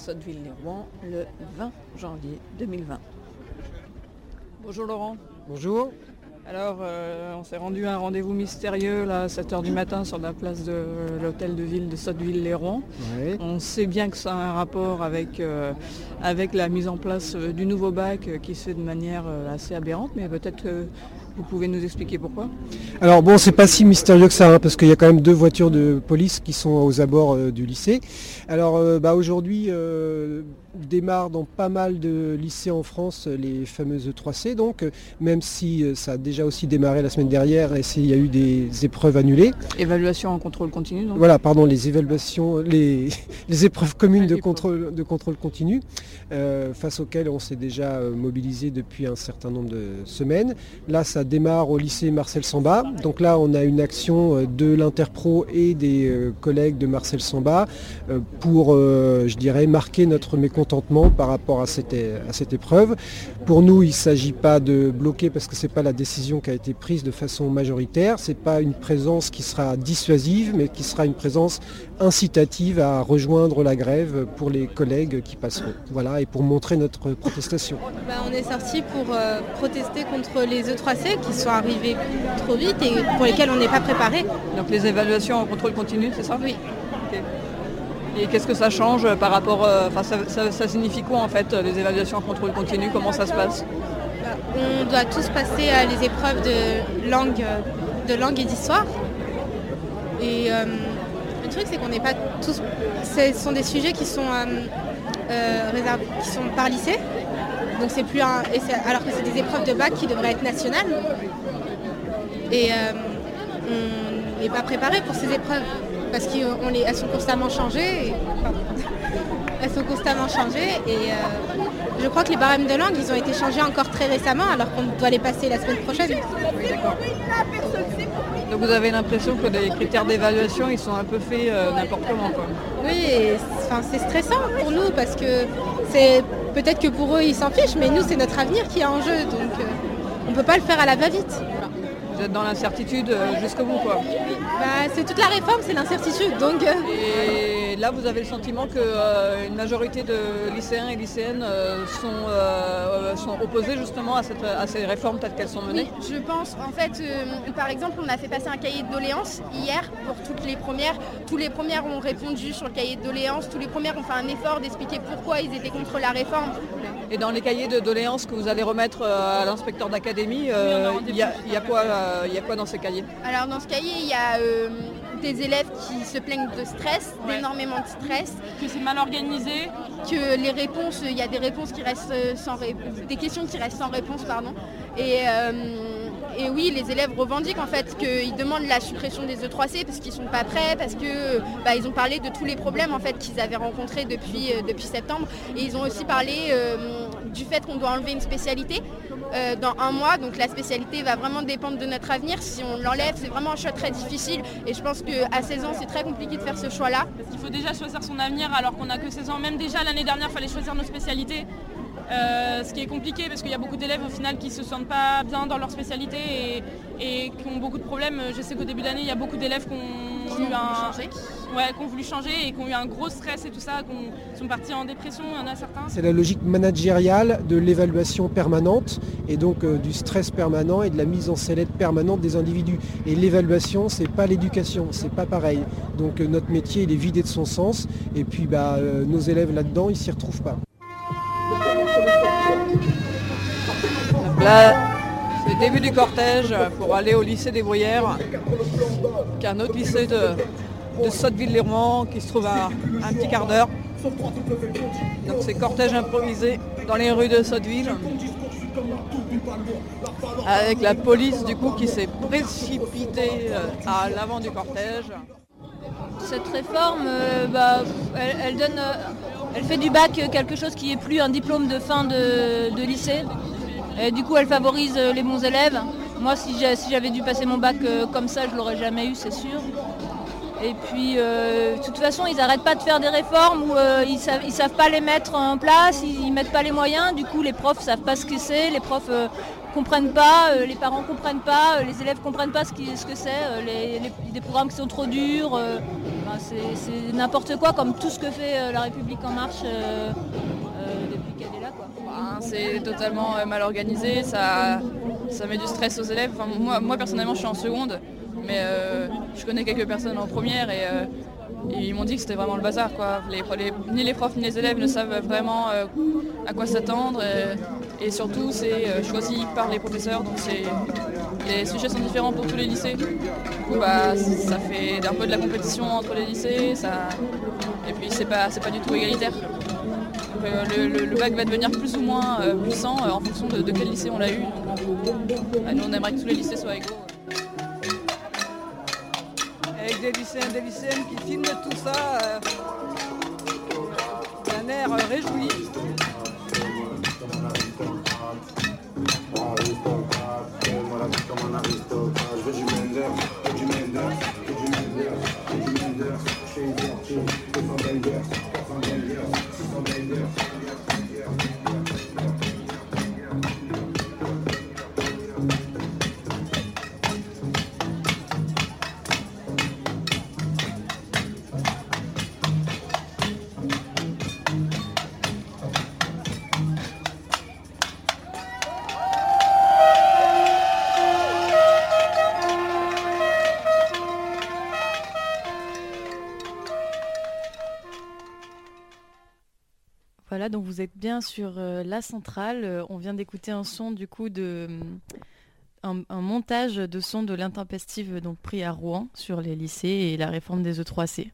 Sotteville-lès-Rouen le 20 janvier 2020. Bonjour Laurent. Bonjour. Alors, on s'est rendu à un rendez-vous mystérieux là, à 7h du matin sur la place de l'hôtel de ville de Sotteville-lès-Rouen. Oui. On sait bien que ça a un rapport avec la mise en place du nouveau bac qui se fait de manière assez aberrante, mais peut-être que vous pouvez nous expliquer pourquoi. Alors bon, c'est pas si mystérieux que ça, parce qu'il y a quand même 2 voitures de police qui sont aux abords du lycée. Alors aujourd'hui démarrent dans pas mal de lycées en France les fameuses 3C, donc même si ça a déjà aussi démarré la semaine dernière et il y a eu des épreuves annulées. Évaluation en contrôle continu, donc. Voilà, pardon, les évaluations, les épreuves communes de contrôle continu, face auxquelles on s'est déjà mobilisé depuis un certain nombre de semaines. Là, ça démarre au lycée Marcel Samba. Donc là, on a une action de l'Interpro et des collègues de Marcel Samba pour, je dirais, marquer notre mécontentement par rapport à cette épreuve. Pour nous, il ne s'agit pas de bloquer parce que ce n'est pas la décision qui a été prise de façon majoritaire. Ce n'est pas une présence qui sera dissuasive, mais qui sera une présence incitative à rejoindre la grève pour les collègues qui passeront. Voilà, et pour montrer notre protestation. On est sortis pour protester contre les E3C qui sont arrivés trop vite et pour lesquels on n'est pas préparé. Donc les évaluations en contrôle continu, c'est ça? Oui. Okay. Et qu'est-ce que ça change par rapport... ça signifie quoi en fait, les évaluations en contrôle continu? Comment ça se passe? On doit tous passer les épreuves de langue et d'histoire. Et le truc, c'est qu'on n'est pas tous... Ce sont des sujets qui sont réservés, qui sont par lycée. Donc c'est plus alors que c'est des épreuves de bac qui devraient être nationales. Et on n'est pas préparé pour ces épreuves parce qu'elles sont constamment changées. Elles sont constamment changées et je crois que les barèmes de langue, ils ont été changés encore très récemment alors qu'on doit les passer la semaine prochaine. Oui, d'accord. Donc vous avez l'impression que les critères d'évaluation, ils sont un peu faits n'importe comment, quoi. Oui, et, c'est stressant pour nous parce que c'est peut-être que pour eux, ils s'en fichent, mais nous, c'est notre avenir qui est en jeu, donc on ne peut pas le faire à la va-vite. Vous êtes dans l'incertitude jusqu'au bout, quoi. C'est toute la réforme, c'est l'incertitude, donc... Et là, vous avez le sentiment qu'une majorité de lycéens et lycéennes sont opposés justement à ces réformes telles qu'elles sont menées? Oui, je pense. En fait, par exemple, on a fait passer un cahier de doléances hier pour toutes les premières. Tous les premières ont répondu sur le cahier de doléances. Tous les premières ont fait un effort d'expliquer pourquoi ils étaient contre la réforme. Et dans les cahiers de doléances que vous allez remettre à l'inspecteur d'académie, il y a quoi dans ces cahiers? Alors dans ce cahier, il y a des élèves qui se plaignent de stress, d'énormément de stress. Que c'est mal organisé. Que les réponses, il y a des réponses qui restent des questions qui restent sans réponse, pardon. Et oui, les élèves revendiquent en fait qu'ils demandent la suppression des E3C parce qu'ils ne sont pas prêts, parce que ils ont parlé de tous les problèmes en fait qu'ils avaient rencontrés depuis septembre. Et ils ont aussi parlé du fait qu'on doit enlever une spécialité dans 1 mois. Donc la spécialité va vraiment dépendre de notre avenir. Si on l'enlève, c'est vraiment un choix très difficile. Et je pense qu'à 16 ans, c'est très compliqué de faire ce choix-là. Parce qu'il faut déjà choisir son avenir alors qu'on n'a que 16 ans. Même déjà l'année dernière, il fallait choisir nos spécialités. Ce qui est compliqué parce qu'il y a beaucoup d'élèves au final qui ne se sentent pas bien dans leur spécialité et qui ont beaucoup de problèmes. Je sais qu'au début d'année, il y a beaucoup d'élèves qui ont voulu changer et qui ont eu un gros stress et tout ça, qui sont partis en dépression, il y en a certains. C'est la logique managériale de l'évaluation permanente et donc du stress permanent et de la mise en sellette permanente des individus. Et l'évaluation, c'est pas l'éducation, c'est pas pareil. Donc notre métier, il est vidé de son sens et puis nos élèves là-dedans, ils s'y retrouvent pas. Là, c'est le début du cortège pour aller au lycée des Bruyères, qui est un autre lycée de Sotteville-lès-Rouen qui se trouve à un petit quart d'heure. Donc c'est cortège improvisé dans les rues de Sotteville, avec la police du coup qui s'est précipitée à l'avant du cortège. Cette réforme, elle fait du bac quelque chose qui n'est plus un diplôme de fin de lycée. Et du coup, elle favorise les bons élèves. Moi, si j'avais dû passer mon bac comme ça, je ne l'aurais jamais eu, c'est sûr. Et puis, de toute façon, ils n'arrêtent pas de faire des réformes où ils savent pas les mettre en place, ils mettent pas les moyens. Du coup, les profs savent pas ce que c'est, les profs comprennent pas, les parents comprennent pas, les élèves comprennent pas ce que c'est, des programmes qui sont trop durs. C'est n'importe quoi, comme tout ce que fait La République En Marche depuis qu'elle est là, quoi. C'est totalement mal organisé, ça met du stress aux élèves. Enfin, moi personnellement je suis en seconde, mais je connais quelques personnes en première et ils m'ont dit que c'était vraiment le bazar, quoi. Ni les profs ni les élèves ne savent vraiment à quoi s'attendre et surtout c'est choisi par les professeurs, donc les sujets sont différents pour tous les lycées. Du coup, ça fait un peu de la compétition entre les lycées, et puis c'est pas du tout égalitaire. Le bac va devenir plus ou moins puissant en fonction de quel lycée on l'a eu. Nous on aimerait que tous les lycées soient égaux. Avec des lycéens, des lycéennes qui filment tout ça d'un air réjoui. Voilà, donc vous êtes bien sur la centrale. On vient d'écouter un son du coup un montage de son de l'intempestive donc pris à Rouen sur les lycées et la réforme des E3C.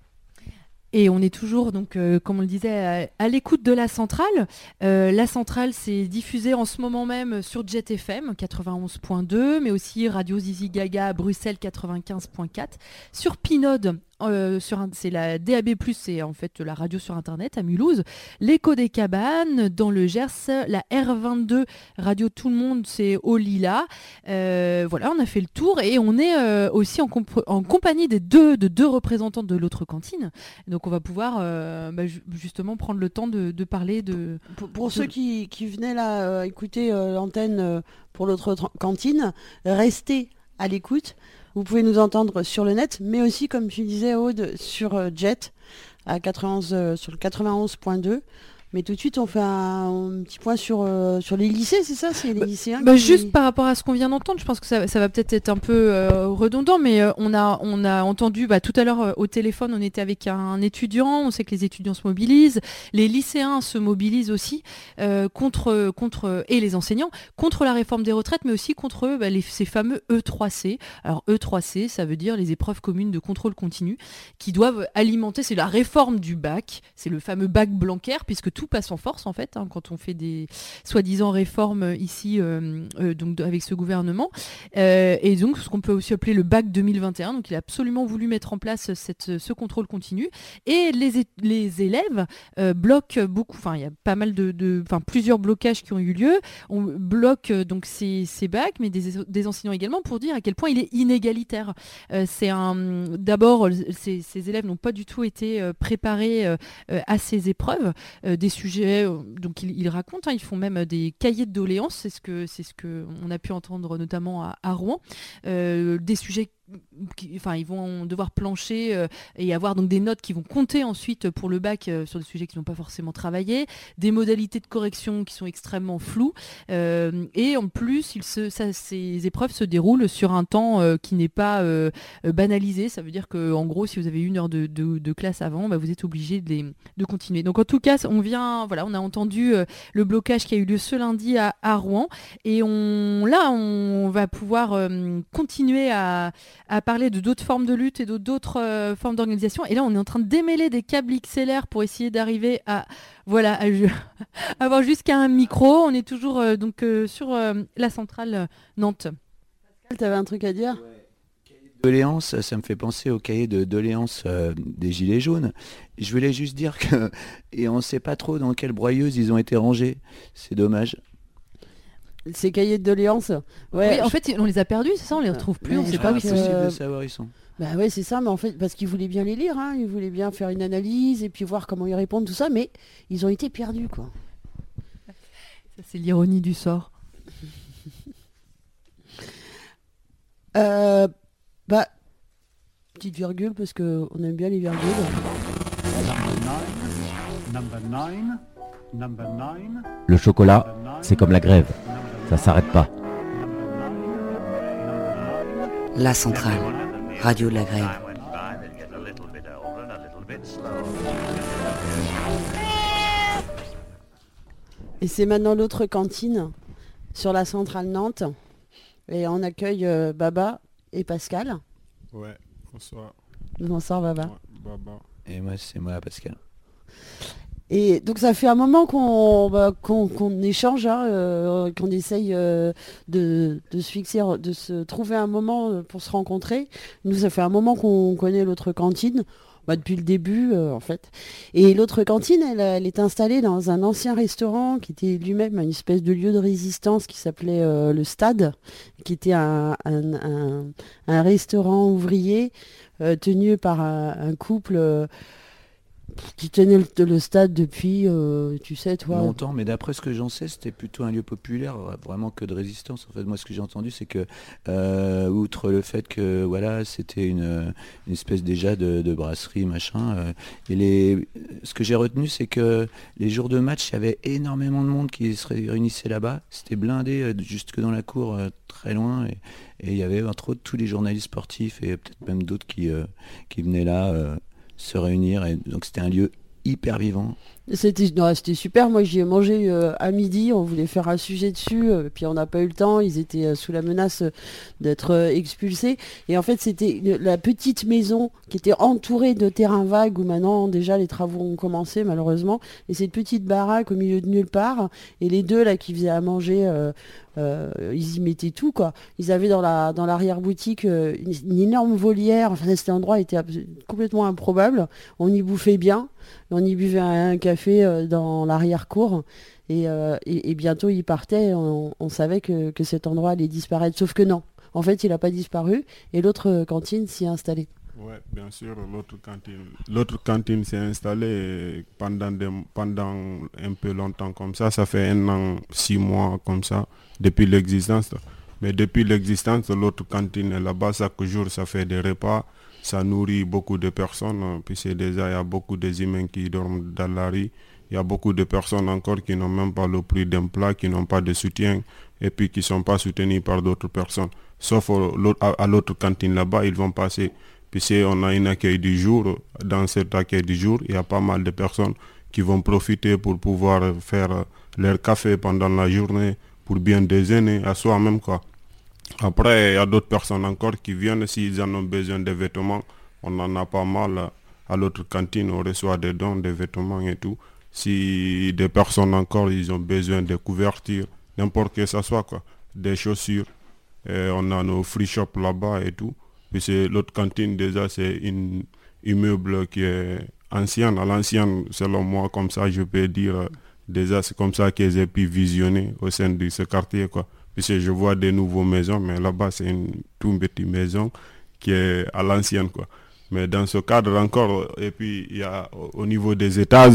Et on est toujours, donc, comme on le disait, à l'écoute de la centrale. La centrale, c'est diffusé en ce moment même sur Jet FM 91.2, mais aussi Radio Zizi Gaga Bruxelles 95.4, sur Pinode. C'est la DAB+, c'est en fait la radio sur internet à Mulhouse, l'Écho des Cabanes dans le Gers, la R22 Radio Tout le Monde, c'est au Lila. Voilà, on a fait le tour et on est aussi en compagnie de deux représentants de l'autre cantine. Donc on va pouvoir justement prendre le temps de parler de... Pour ceux qui venaient là écouter l'antenne pour l'autre cantine, restez à l'écoute. Vous pouvez nous entendre sur le net, mais aussi, comme tu disais, Aude, sur Jet, sur le 91.2. Mais tout de suite, on fait un petit point sur les lycées, c'est ça? C'est les lycéens Juste par rapport à ce qu'on vient d'entendre, je pense que ça va peut-être être un peu redondant, mais on a entendu tout à l'heure au téléphone, on était avec un étudiant, on sait que les étudiants se mobilisent, les lycéens se mobilisent aussi et les enseignants, contre la réforme des retraites, mais aussi contre ces fameux E3C. Alors E3C, ça veut dire les épreuves communes de contrôle continu, qui doivent alimenter, c'est la réforme du bac, c'est le fameux bac Blanquer, puisque tout passe en force en fait quand on fait des soi-disant réformes ici donc avec ce gouvernement et donc ce qu'on peut aussi appeler le bac 2021. Donc il a absolument voulu mettre en place ce contrôle continu et les élèves bloquent beaucoup, il y a pas mal plusieurs blocages qui ont eu lieu. On bloque donc ces bacs, mais des enseignants également, pour dire à quel point il est inégalitaire. D'abord ces élèves n'ont pas du tout été préparés à ces épreuves, des sujets, donc ils racontent, ils font même des cahiers de doléances, c'est ce que on a pu entendre notamment à Rouen, des sujets ils vont devoir plancher et avoir donc des notes qui vont compter ensuite pour le bac sur des sujets qu'ils n'ont pas forcément travaillé, des modalités de correction qui sont extrêmement floues et en plus ces épreuves se déroulent sur un temps qui n'est pas banalisé. Ça veut dire que en gros si vous avez 1 heure de classe avant, vous êtes obligé de continuer. Donc en tout cas on a entendu le blocage qui a eu lieu ce lundi à Rouen et on va pouvoir continuer à parler de d'autres formes de lutte et d'autres formes d'organisation. Et là, on est en train de démêler des câbles XLR pour essayer d'arriver à avoir jusqu'à un micro. On est toujours sur la centrale Nantes. Pascal, tu avais un truc à dire? Doléances, ça me fait penser au cahier de doléances des Gilets jaunes. Je voulais juste dire et on ne sait pas trop dans quelle broyeuse ils ont été rangés. C'est dommage. Ces cahiers de doléances. Ouais, oui, en fait, on les a perdus, c'est ça, on les retrouve plus, on ne sait pas où ils sont. C'est impossible de savoir où ils sont. Ouais, c'est ça, mais en fait, parce qu'ils voulaient bien les lire, ils voulaient bien faire une analyse et puis voir comment ils répondent, tout ça, mais ils ont été perdus, quoi. Ça, c'est l'ironie du sort. petites virgules parce qu'on aime bien les virgules. Le chocolat, c'est comme la grève, ça s'arrête pas. La Centrale, radio de la grève. Et c'est maintenant l'autre cantine sur la Centrale Nantes. Et on accueille Baba et Pascal. Ouais, bonsoir. Bonsoir Baba. Ouais, Baba. Et moi, c'est moi, Pascal. Et donc ça fait un moment qu'on échange, qu'on essaye de se fixer, de se trouver un moment pour se rencontrer. Nous, ça fait un moment qu'on connaît l'autre cantine, depuis le début en fait. Et l'autre cantine, elle est installée dans un ancien restaurant qui était lui-même une espèce de lieu de résistance qui s'appelait le Stade, qui était un restaurant ouvrier tenu par un couple... qui tenait le stade depuis, tu sais, toi... Longtemps, mais d'après ce que j'en sais, c'était plutôt un lieu populaire, vraiment que de résistance. En fait, moi, ce que j'ai entendu, c'est que, outre le fait que, voilà, c'était une espèce déjà de brasserie, machin, ce que j'ai retenu, c'est que les jours de match, il y avait énormément de monde qui se réunissait là-bas. C'était blindé jusque dans la cour, très loin, et il y avait, entre autres, tous les journalistes sportifs, et peut-être même d'autres qui venaient là... se réunir, et donc c'était un lieu hyper vivant. C'était super, moi j'y ai mangé à midi, on voulait faire un sujet dessus, puis on n'a pas eu le temps, ils étaient sous la menace d'être expulsés, et en fait c'était la petite maison qui était entourée de terrains vagues où maintenant déjà les travaux ont commencé malheureusement, et cette petite baraque au milieu de nulle part, et les deux là qui faisaient à manger, ils y mettaient tout quoi. Ils avaient dans l'arrière-boutique une énorme volière, enfin cet endroit était complètement improbable, on y bouffait bien, on y buvait un café dans l'arrière-cour et bientôt il partait, on savait que cet endroit allait disparaître, sauf que non, en fait il n'a pas disparu et l'autre cantine s'y est installée. Oui, bien sûr, l'autre cantine s'est installée pendant un peu longtemps comme ça fait 1 an, 6 mois comme ça, depuis l'existence. Mais depuis l'existence, l'autre cantine est là-bas, chaque jour ça fait des repas, ça nourrit beaucoup de personnes, puis c'est déjà, il y a beaucoup des humains qui dorment dans la rue, il y a beaucoup de personnes encore qui n'ont même pas le prix d'un plat, qui n'ont pas de soutien, et puis qui ne sont pas soutenus par d'autres personnes. Sauf à l'autre cantine là-bas, ils vont passer. Puis on a un accueil du jour, dans cet accueil du jour, il y a pas mal de personnes qui vont profiter pour pouvoir faire leur café pendant la journée, pour bien déjeuner à soi-même quoi. Après, il y a d'autres personnes encore qui viennent s'ils en ont besoin de vêtements. On en a pas mal à l'autre cantine, on reçoit des dons, des vêtements et tout. Si des personnes encore, ils ont besoin de couvertures, n'importe que ça soit quoi, des chaussures. Et on a nos free shops là-bas et tout. Puis c'est l'autre cantine déjà, c'est un immeuble qui est ancien, à l'ancienne, selon moi, comme ça je peux dire. Déjà c'est comme ça que j'ai pu visionner au sein de ce quartier quoi. Puisque je vois des nouvelles maisons, mais là-bas c'est une toute petite maison qui est à l'ancienne quoi. Mais dans ce cadre encore, et puis il y a au niveau des étages,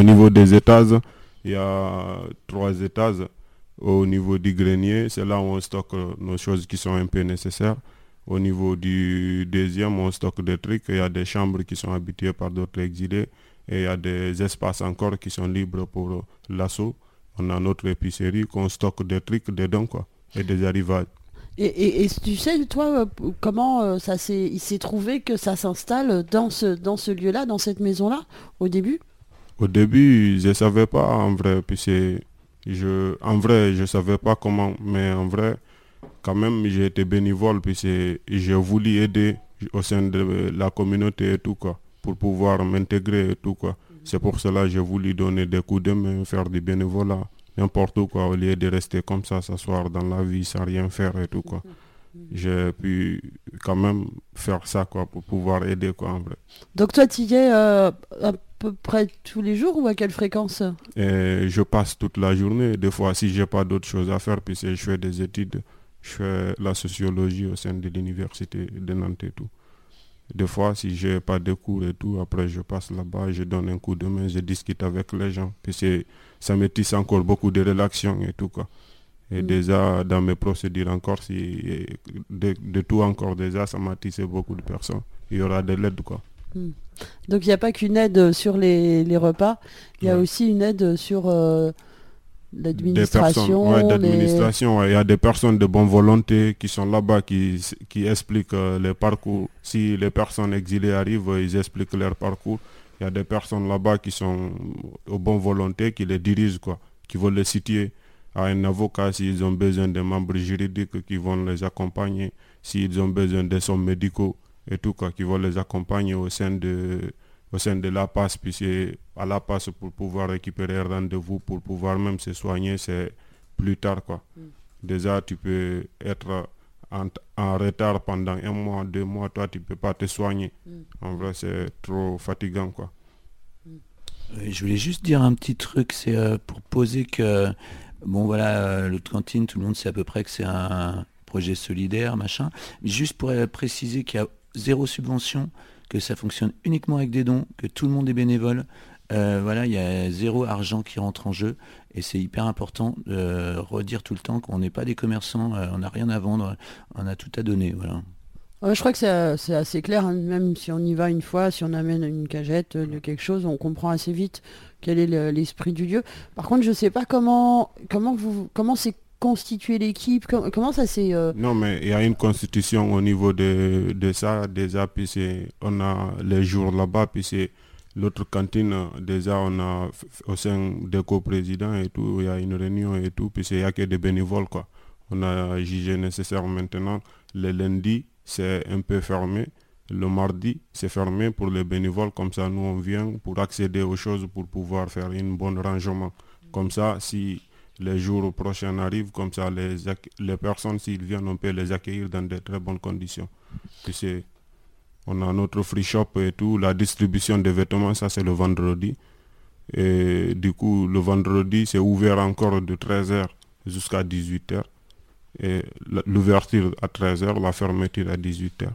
il y a 3 étages. Au niveau du grenier, c'est là où on stocke nos choses qui sont un peu nécessaires. Au niveau du deuxième, on stocke des trucs. Il y a des chambres qui sont habitées par d'autres exilés. Et il y a des espaces encore qui sont libres pour l'assaut. On a notre épicerie qu'on stocke des trucs dedans quoi, et des arrivages. Et tu sais, toi, comment il s'est trouvé que ça s'installe dans ce lieu-là, dans cette maison-là, au début ? Au début, je ne savais pas en vrai. Je savais pas comment, mais en vrai, quand même, j'ai été bénévole, puis j'ai voulu aider au sein de la communauté et tout quoi, pour pouvoir m'intégrer et tout quoi. C'est pour cela que j'ai voulu donner des coups de main, faire du bénévolat, n'importe où quoi, au lieu de rester comme ça, s'asseoir dans la vie sans rien faire et tout quoi. J'ai pu quand même faire ça quoi, pour pouvoir aider quoi en vrai. Donc toi tu y es à peu près tous les jours ou à quelle fréquence ? Je passe toute la journée, des fois si j'ai pas d'autres choses à faire, puis je fais des études, je fais la sociologie au sein de l'université de Nantes et tout. Des fois, si j'ai pas de cours et tout, après je passe là-bas, je donne un coup de main, je discute avec les gens. Puis ça me tisse encore beaucoup de relations et tout quoi. Et déjà, dans mes procédures encore, de tout encore déjà, ça m'a tissé beaucoup de personnes. il y aura de l'aide, quoi. Donc il n'y a pas qu'une aide sur les repas, il y a aussi une aide sur l'administration. Il y a des personnes de bonne volonté qui sont là-bas, qui expliquent les parcours. Si les personnes exilées arrivent, ils expliquent leur parcours. Il y a des personnes là-bas qui sont aux bonnes volontés, qui les dirigent, quoi, qui vont les situer à un avocat s'ils ont besoin de membres juridiques qui vont les accompagner, s'ils ont besoin de soins médicaux et tout, quoi, qui vont les accompagner au sein de la PAS, puis c'est à la PAS pour pouvoir récupérer un rendez-vous, pour pouvoir même se soigner, c'est plus tard, quoi. Déjà, tu peux être en retard pendant 1 mois, 2 mois, toi, tu peux pas te soigner. En vrai, c'est trop fatigant, quoi. Je voulais juste dire un petit truc, c'est pour poser que, bon voilà, l'autre cantine, tout le monde sait à peu près que c'est un projet solidaire, machin. Mais juste pour préciser qu'il y a 0 subvention, que ça fonctionne uniquement avec des dons, que tout le monde est bénévole. Voilà, il y a 0 argent qui rentre en jeu et c'est hyper important de redire tout le temps qu'on n'est pas des commerçants, on n'a rien à vendre, on a tout à donner. Voilà. Je crois que c'est assez clair, hein, même si on y va une fois, si on amène une cagette de quelque chose, on comprend assez vite quel est l'esprit du lieu. Par contre, je ne sais pas comment c'est constituer l'équipe, comment ça s'est... Non, mais il y a une constitution au niveau de ça, déjà, puis on a les jours là-bas, puis c'est l'autre cantine, déjà on a au sein des coprésidents et tout, il y a une réunion et tout, puis il n'y a que des bénévoles, quoi. On a jugé nécessaire maintenant, le lundi c'est un peu fermé, le mardi c'est fermé pour les bénévoles, comme ça nous on vient pour accéder aux choses, pour pouvoir faire un bon rangement. Comme ça, si les jours prochains arrivent, comme ça les personnes, s'ils viennent, on peut les accueillir dans de très bonnes conditions. Puis on a notre free shop et tout, la distribution des vêtements, ça c'est le vendredi. Et du coup, le vendredi, c'est ouvert encore de 13h jusqu'à 18h. Et l'ouverture à 13h, la fermeture à 18h.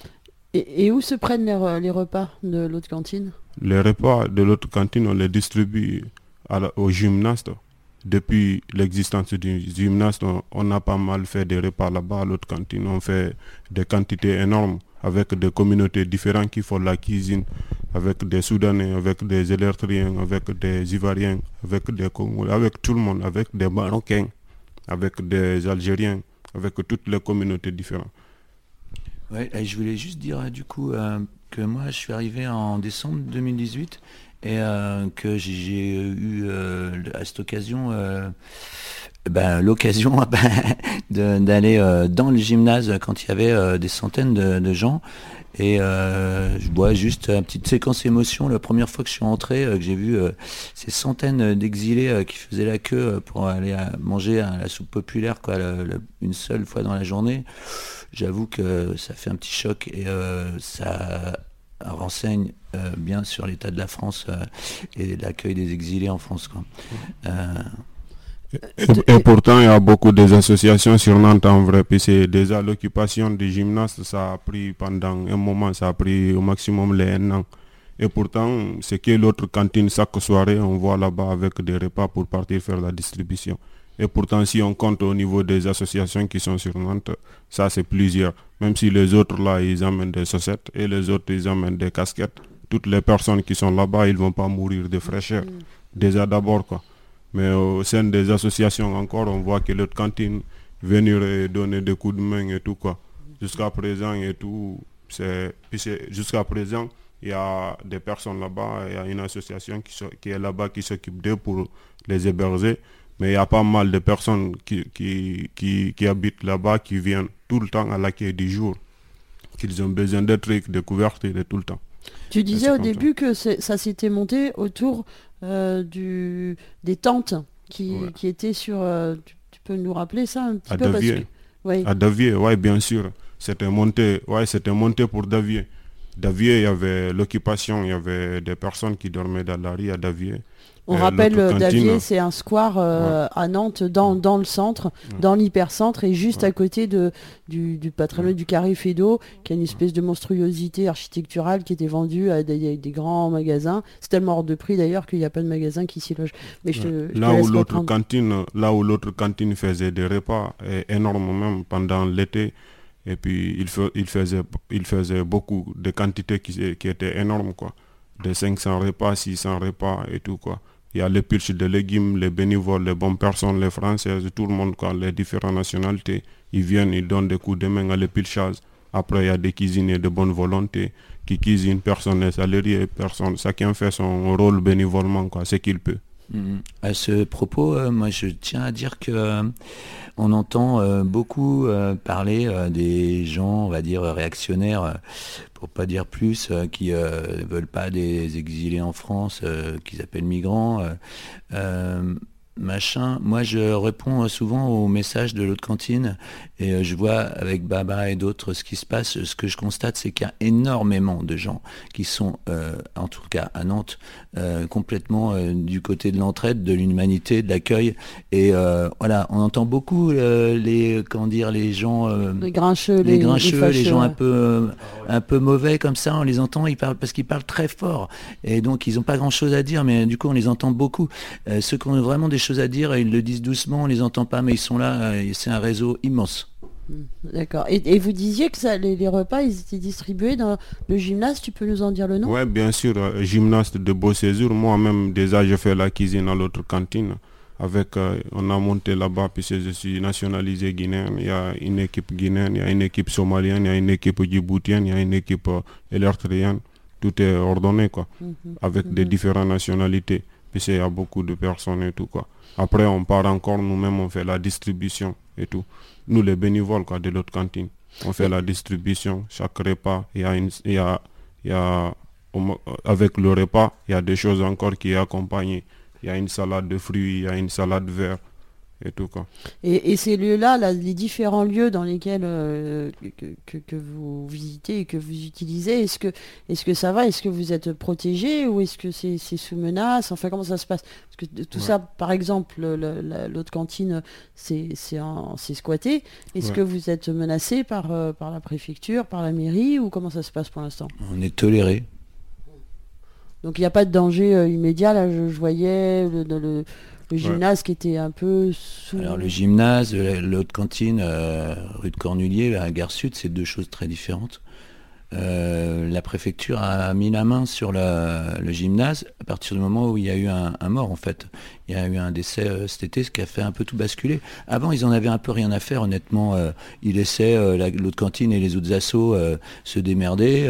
Et où se prennent les repas de l'autre cantine? Les repas de l'autre cantine, on les distribue au gymnaste. Depuis l'existence du gymnaste, on a pas mal fait des repas là-bas à l'autre cantine. On fait des quantités énormes avec des communautés différentes qui font la cuisine, avec des Soudanais, avec des Érythréens, avec des Ivoiriens, avec des Congolais, avec tout le monde, avec des Marocains, avec des Algériens, avec toutes les communautés différentes. Ouais, et je voulais juste dire du coup que moi je suis arrivé en décembre 2018 et que j'ai eu à cette occasion l'occasion d'aller dans le gymnase quand il y avait des centaines de gens. Et je vois juste une petite séquence émotion la première fois que je suis rentré, que j'ai vu ces centaines d'exilés qui faisaient la queue pour aller manger à la soupe populaire, quoi, une seule fois dans la journée. J'avoue que ça fait un petit choc et ça renseigne bien sur l'état de la France et l'accueil des exilés en France, quoi. Et pourtant, il y a beaucoup d'associations sur Nantes en vrai. Puis c'est déjà l'occupation des gymnastes, ça a pris pendant un moment, ça a pris au maximum les 1 an. Et pourtant, c'est que l'autre cantine, chaque soirée, on voit là-bas avec des repas pour partir faire la distribution. Et pourtant, si on compte au niveau des associations qui sont sur Nantes, ça c'est plusieurs. Même si les autres là, ils amènent des chaussettes et les autres, ils amènent des casquettes. Toutes les personnes qui sont là-bas, ils ne vont pas mourir de fraîcheur. Déjà d'abord, quoi. Mais au sein des associations encore, on voit que l'autre cantine venir et donner des coups de main et tout, quoi. Jusqu'à présent et tout, jusqu'à présent, il y a des personnes là-bas, il y a une association qui est là-bas qui s'occupe d'eux pour les héberger. Mais il y a pas mal de personnes qui habitent là-bas, qui viennent tout le temps à l'accueil du jour, qu'ils ont besoin de trucs, de couvertures et tout le temps. Tu disais au début que ça s'était monté autour des tentes qui étaient sur... tu peux nous rappeler ça un petit peu Davier. Parce que, oui. À Davier, oui, bien sûr. C'était monté pour Davier. Davier, il y avait l'occupation, il y avait des personnes qui dormaient dans la rue à Davier. On rappelle, Davier, c'est un square à Nantes, dans le centre, dans l'hypercentre, et juste à côté du patrimoine du Carré Fédot, qui a une espèce de monstruosité architecturale qui était vendue à des grands magasins. C'est tellement hors de prix d'ailleurs qu'il n'y a pas de magasin qui s'y loge. Mais là où l'autre cantine faisait des repas énormes même pendant l'été, Et puis il faisait beaucoup de quantités qui étaient énormes, quoi. De 500 repas, 600 repas et tout, quoi. Il y a les pilches de légumes, les bénévoles, les bonnes personnes, les Françaises, tout le monde, quoi, les différentes nationalités. Ils viennent, ils donnent des coups de main à l'épilchage. Après, il y a des cuisiniers de bonne volonté qui cuisinent, personne n'est salarié, chacun fait son rôle bénévolement, quoi, ce qu'il peut. À ce propos, moi je tiens à dire que on entend beaucoup parler des gens, on va dire réactionnaires, pour pas dire plus, qui veulent pas des exilés en France, qu'ils appellent migrants. Moi je réponds souvent aux messages de l'autre cantine et je vois avec Baba et d'autres ce qui se passe. Ce que je constate, c'est qu'il y a énormément de gens qui sont, en tout cas à Nantes, complètement du côté de l'entraide, de l'humanité, de l'accueil. Et voilà, on entend beaucoup les gens, les grincheux, les gens un peu mauvais comme ça. On les entend, parce qu'ils parlent très fort et donc ils n'ont pas grand chose à dire, mais du coup on les entend beaucoup. Ceux qui ont vraiment des choses à dire, ils le disent doucement, on les entend pas, mais ils sont là. C'est un réseau immense. D'accord. Et vous disiez que les repas, ils étaient distribués dans le gymnase. Tu peux nous en dire le nom? Oui, bien sûr. Gymnase de Beauséjour. Moi-même, déjà, je fais la cuisine à l'autre cantine. On a monté là-bas, puisque je suis nationalisé guinéen. Il y a une équipe guinéenne, il y a une équipe somalienne, il y a une équipe djiboutienne, il y a une équipe érythréenne. Tout est ordonné, quoi, avec des différentes nationalités. Puisqu'il y a beaucoup de personnes et tout, quoi. Après, on part encore, nous-mêmes, on fait la distribution et tout. Nous, les bénévoles, quoi, de l'autre cantine, on fait la distribution. Chaque repas, avec le repas, il y a des choses encore qui accompagnent. Il y a une salade de fruits, il y a une salade verte et tout, quoi. Et ces lieux-là, les différents lieux dans lesquels que vous visitez et que vous utilisez, est-ce que ça va? Est-ce que vous êtes protégé ou est-ce que c'est sous menace? Enfin, comment ça se passe? Parce que tout ça, par exemple, l'autre cantine, c'est squatté. Est-ce que vous êtes menacé par la préfecture, par la mairie, ou comment ça se passe pour l'instant? On est toléré. Donc il n'y a pas de danger immédiat. Là, je voyais le gymnase qui était un peu sous... Alors le gymnase, l'autre cantine, rue de Cornulier, à Gare Sud, c'est deux choses très différentes. La préfecture a mis la main sur le gymnase à partir du moment où il y a eu un mort, en fait. Il y a eu un décès cet été, ce qui a fait un peu tout basculer. Avant, ils en avaient un peu rien à faire, honnêtement. Ils laissaient l'autre cantine et les autres assos se démerder.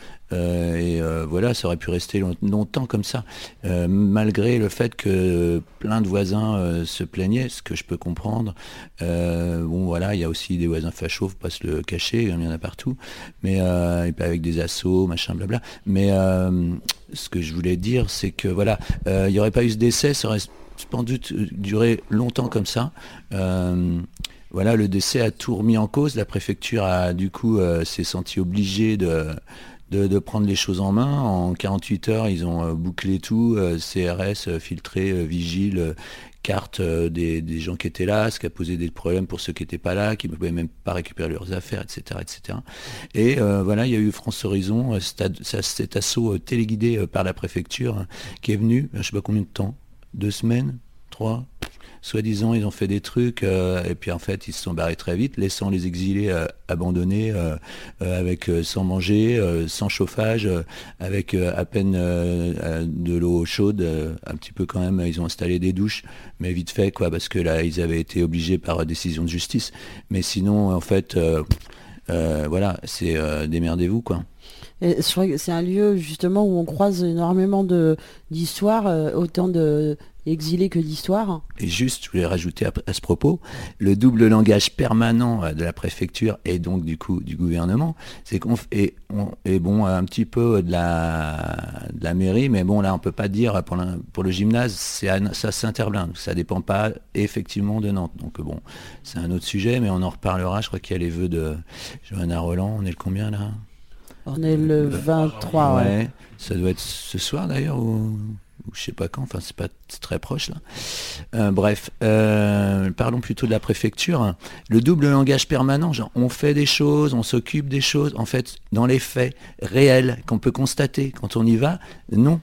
Voilà, ça aurait pu rester longtemps comme ça, malgré le fait que plein de voisins se plaignaient, ce que je peux comprendre. Bon voilà, il y a aussi des voisins fachos, faut pas se le cacher, il y en a partout, mais et pas avec des assauts, machin, blabla. Mais ce que je voulais dire, c'est que voilà, il n'y aurait pas eu ce décès, ça aurait sans doute duré longtemps comme ça. Voilà, le décès a tout remis en cause. La préfecture a du coup s'est sentie obligée de prendre les choses en main. En 48 heures, ils ont bouclé tout, CRS, filtré, vigile, carte des gens qui étaient là, ce qui a posé des problèmes pour ceux qui n'étaient pas là, qui ne pouvaient même pas récupérer leurs affaires, etc. etc. Et voilà, il y a eu France Horizon, cet assaut téléguidé par la préfecture qui est venu, je ne sais pas combien de temps, 2 semaines, 3, soi-disant ils ont fait des trucs et puis en fait ils se sont barrés très vite, laissant les exilés abandonnés avec sans manger, sans chauffage, avec à peine de l'eau chaude, un petit peu quand même. Ils ont installé des douches, mais vite fait quoi, parce que là ils avaient été obligés par décision de justice. Mais sinon en fait voilà, c'est démerdez-vous quoi. C'est un lieu justement où on croise énormément d'histoires, autant d'exilés que d'histoires. Et juste, je voulais rajouter à ce propos, le double langage permanent de la préfecture et donc du coup du gouvernement, c'est qu'on et bon un petit peu de la mairie, mais bon là on peut pas dire pour le gymnase, ça s'interblingue, ça dépend pas effectivement de Nantes. Donc bon, c'est un autre sujet, mais on en reparlera. Je crois qu'il y a les vœux de Johanna Roland. On est le combien là? On est le 23. Ouais, ça doit être ce soir d'ailleurs ou je sais pas quand, enfin c'est très proche là. Bref, parlons plutôt de la préfecture. Le double langage permanent, genre on fait des choses, on s'occupe des choses, en fait dans les faits réels qu'on peut constater quand on y va, non.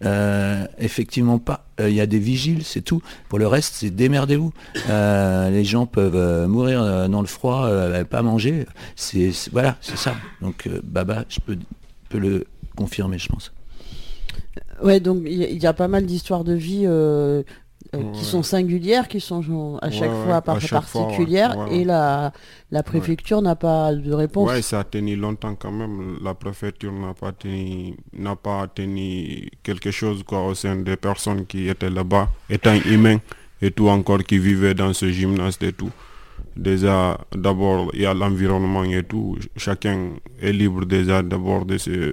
effectivement pas. Il y a des vigiles, c'est tout. Pour le reste, c'est démerdez-vous. Les gens peuvent mourir dans le froid, pas manger. Voilà, c'est ça. Donc Baba, je peux le confirmer, je pense. Ouais, donc il y a pas mal d'histoires de vie qui sont singulières, qui sont à chaque fois particulières, et la préfecture n'a pas de réponse. Ouais, ça a tenu longtemps quand même. La préfecture n'a pas tenu quelque chose au sein des personnes qui étaient là-bas, étant humains et tout encore, qui vivaient dans ce gymnase et tout. Déjà, d'abord, il y a l'environnement et tout. Chacun est libre déjà d'abord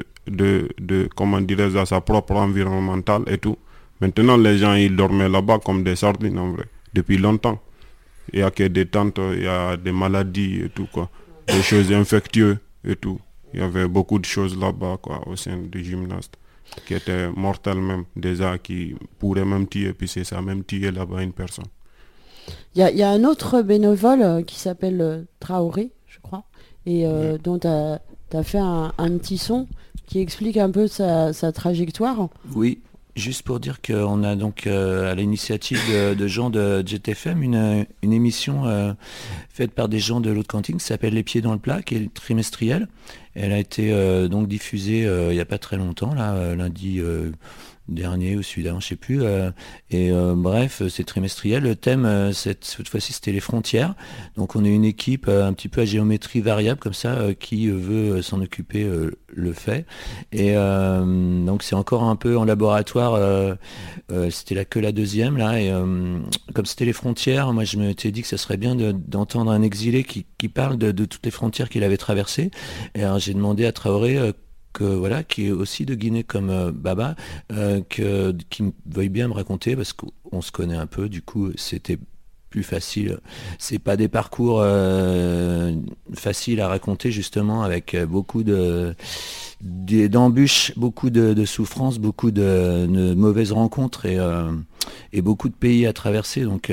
de comment dirais-je, sa propre environnemental et tout. Maintenant, les gens, ils dormaient là-bas comme des sardines, en vrai, depuis longtemps. Il n'y a que des tentes, il y a des maladies et tout, quoi. Des choses infectieuses et tout. Il y avait beaucoup de choses là-bas, quoi, au sein du gymnase, qui étaient mortelles même, déjà, qui pourraient même tuer, puis c'est ça, même tuer là-bas une personne. Il y a un autre bénévole qui s'appelle Traoré, je crois, et dont tu as fait un petit son qui explique un peu sa trajectoire. Oui. Juste pour dire qu'on a donc à l'initiative de gens de JetFM une émission faite par des gens de l'autre cantine qui s'appelle Les Pieds dans le Plat, qui est trimestrielle. Elle a été donc diffusée il n'y a pas très longtemps, là, lundi dernier ou celui d'avant, je sais plus. Bref, c'est trimestriel. Le thème, cette fois-ci, c'était les frontières. Donc on est une équipe un petit peu à géométrie variable, comme ça, qui veut s'en occuper, le fait. Et donc c'est encore un peu en laboratoire. C'était que la deuxième, là. Et comme c'était les frontières, moi je m'étais dit que ça serait bien d'entendre un exilé qui parle de toutes les frontières qu'il avait traversées. Et alors j'ai demandé à Traoré... qui est aussi de Guinée comme Baba, qui veuille bien me raconter, parce qu'on se connaît un peu, du coup c'était plus facile. C'est pas des parcours faciles à raconter, justement, avec beaucoup d'embûches, beaucoup de souffrances, beaucoup de mauvaises rencontres et beaucoup de pays à traverser. Donc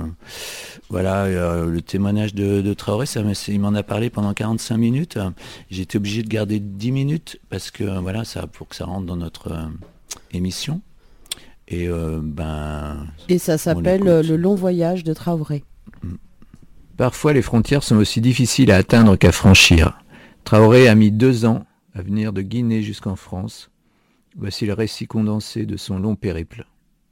le témoignage de Traoré, il m'en a parlé pendant 45 minutes. J'ai été obligé de garder 10 minutes parce que pour que ça rentre dans notre émission. Et ça s'appelle Le long voyage de Traoré. Parfois, les frontières sont aussi difficiles à atteindre qu'à franchir. Traoré a mis 2 ans à venir de Guinée jusqu'en France. Voici le récit condensé de son long périple.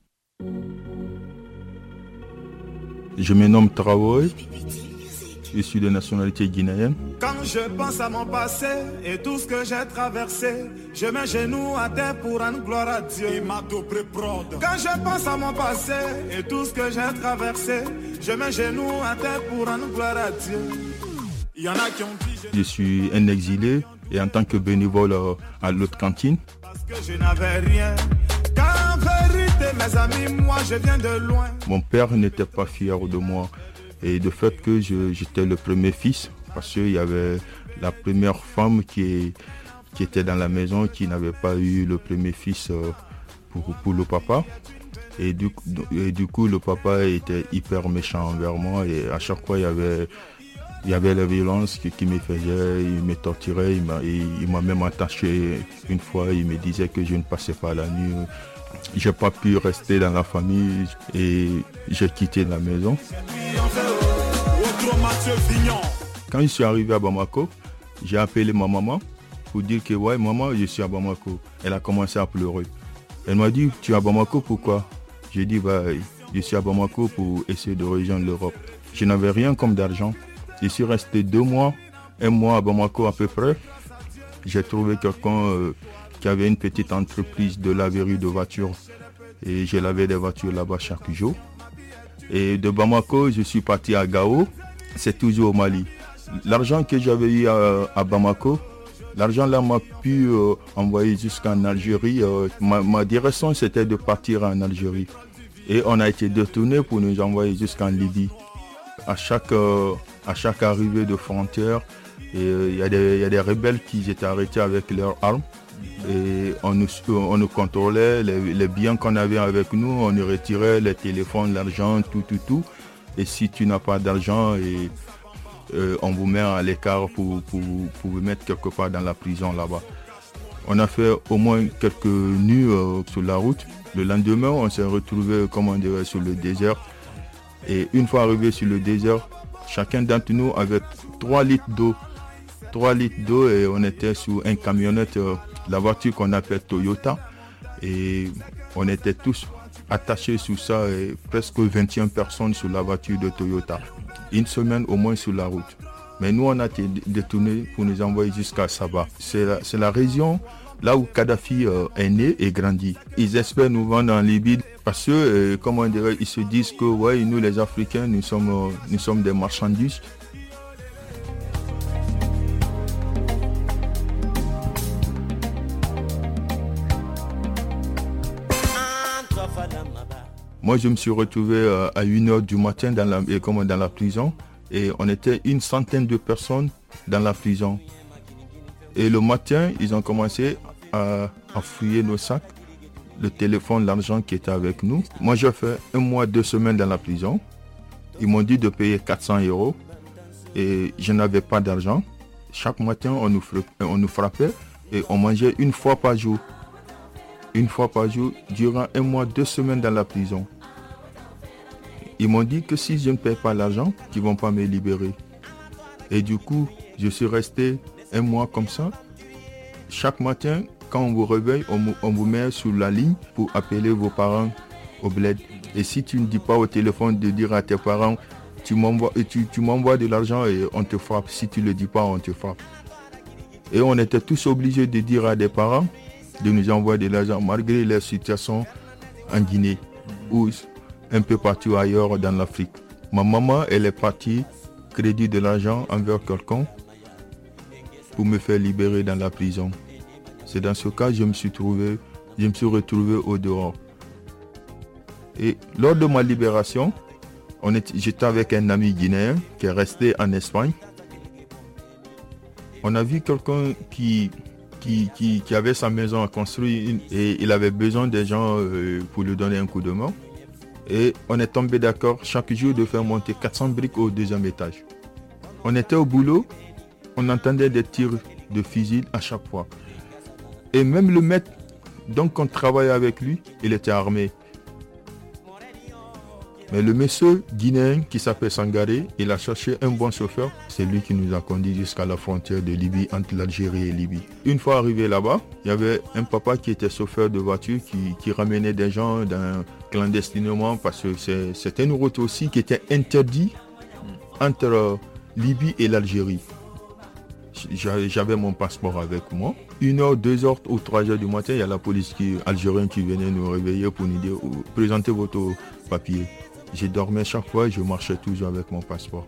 Je me nomme Traoré, je suis de nationalité guinéenne. Quand je pense à mon passé et tout ce que j'ai traversé, je mets genoux à terre pour rendre gloire à Dieu. Quand je pense à mon passé et tout ce que j'ai traversé, je mets genoux à terre pour rendre gloire à Dieu. Il y en a qui ont dit... Je suis un exilé et en tant que bénévole à l'autre cantine. Parce que je n'avais rien. Car en vérité, mes amis, moi je viens de loin. Mon père n'était pas fier de moi. Et de fait que j'étais le premier fils, parce qu'il y avait la première femme qui était dans la maison, qui n'avait pas eu le premier fils pour le papa. Et du coup, le papa était hyper méchant envers moi. Et à chaque fois, il y avait la violence qui me faisait, il me torturait, il m'a même attaché une fois, il me disait que je ne passais pas la nuit. J'ai pas pu rester dans la famille et j'ai quitté la maison. Quand je suis arrivé à Bamako, j'ai appelé ma maman pour dire que ouais maman, je suis à Bamako. Elle a commencé à pleurer. Elle m'a dit tu es à Bamako pourquoi? J'ai dit je suis à Bamako pour essayer de rejoindre l'Europe. Je n'avais rien comme d'argent. Je suis resté 2 mois, 1 mois à Bamako à peu près. J'ai trouvé quelqu'un qui avait une petite entreprise de laverie de voitures et j'ai lavé des voitures là-bas chaque jour. Et de Bamako, je suis parti à Gao, c'est toujours au Mali. L'argent que j'avais eu à Bamako, l'argent là m'a pu envoyer jusqu'en Algérie. Ma direction c'était de partir en Algérie. Et on a été détourné pour nous envoyer jusqu'en Libye. À chaque arrivée de frontière, il y a des rebelles qui étaient arrêtés avec leurs armes. Et on nous contrôlait, les biens qu'on avait avec nous, on nous retirait les téléphones, l'argent, tout. Et si tu n'as pas d'argent, on vous met à l'écart pour vous mettre quelque part dans la prison là-bas. On a fait au moins quelques nuits sur la route. Le lendemain, on s'est retrouvé, sur le désert. Et une fois arrivé sur le désert, chacun d'entre nous avait 3 litres d'eau. 3 litres d'eau et on était sous une camionnette, la voiture qu'on appelle Toyota. Et on était tous attachés sous ça, et presque 21 personnes sur la voiture de Toyota. Une semaine au moins sur la route. Mais nous, on a été détournés pour nous envoyer jusqu'à Saba. C'est la région là où Kadhafi est né et grandi. Ils espèrent nous vendre en Libye parce que, ils se disent que ouais, nous les Africains, nous sommes des marchandises. Moi, je me suis retrouvé à 1h du matin dans la prison et on était une centaine de personnes dans la prison. Et le matin, ils ont commencé à fouiller nos sacs, le téléphone, l'argent qui était avec nous. Moi, j'ai fait 1 mois, 2 semaines dans la prison. Ils m'ont dit de payer 400 € et je n'avais pas d'argent. Chaque matin, on nous frappait et on mangeait une fois par jour. Une fois par jour, durant 1 mois, 2 semaines dans la prison. Ils m'ont dit que si je ne paie pas l'argent, qu'ils ne vont pas me libérer. Et du coup, je suis resté 1 mois comme ça. Chaque matin, quand on vous réveille, on vous met sur la ligne pour appeler vos parents au bled. Et si tu ne dis pas au téléphone de dire à tes parents, tu m'envoies de l'argent et on te frappe. Si tu ne le dis pas, on te frappe. Et on était tous obligés de dire à des parents de nous envoyer de l'argent malgré la situation en Guinée ou un peu partout ailleurs dans l'Afrique. Ma maman, elle est partie crédit de l'argent envers quelqu'un pour me faire libérer dans la prison. C'est dans ce cas que je me suis retrouvé au dehors. Et lors de ma libération, j'étais avec un ami guinéen qui est resté en Espagne. On a vu quelqu'un qui avait sa maison à construire et il avait besoin des gens pour lui donner un coup de main. Et on est tombé d'accord chaque jour de faire monter 400 briques au 2e étage. On était au boulot, on entendait des tirs de fusil à chaque fois. Et même le maître, donc on travaillait avec lui, il était armé. Mais le monsieur guinéen qui s'appelle Sangaré, il a cherché un bon chauffeur. C'est lui qui nous a conduits jusqu'à la frontière de Libye, entre l'Algérie et Libye. Une fois arrivé là-bas, il y avait un papa qui était chauffeur de voiture qui ramenait des gens clandestinement parce que c'était une route aussi qui était interdite entre Libye et l'Algérie. J'avais mon passeport avec moi. 1h, 2h ou 3h du matin, il y a la police algérienne qui venait nous réveiller pour nous dire « Présentez votre papier ». J'ai dormi chaque fois et je marchais toujours avec mon passeport.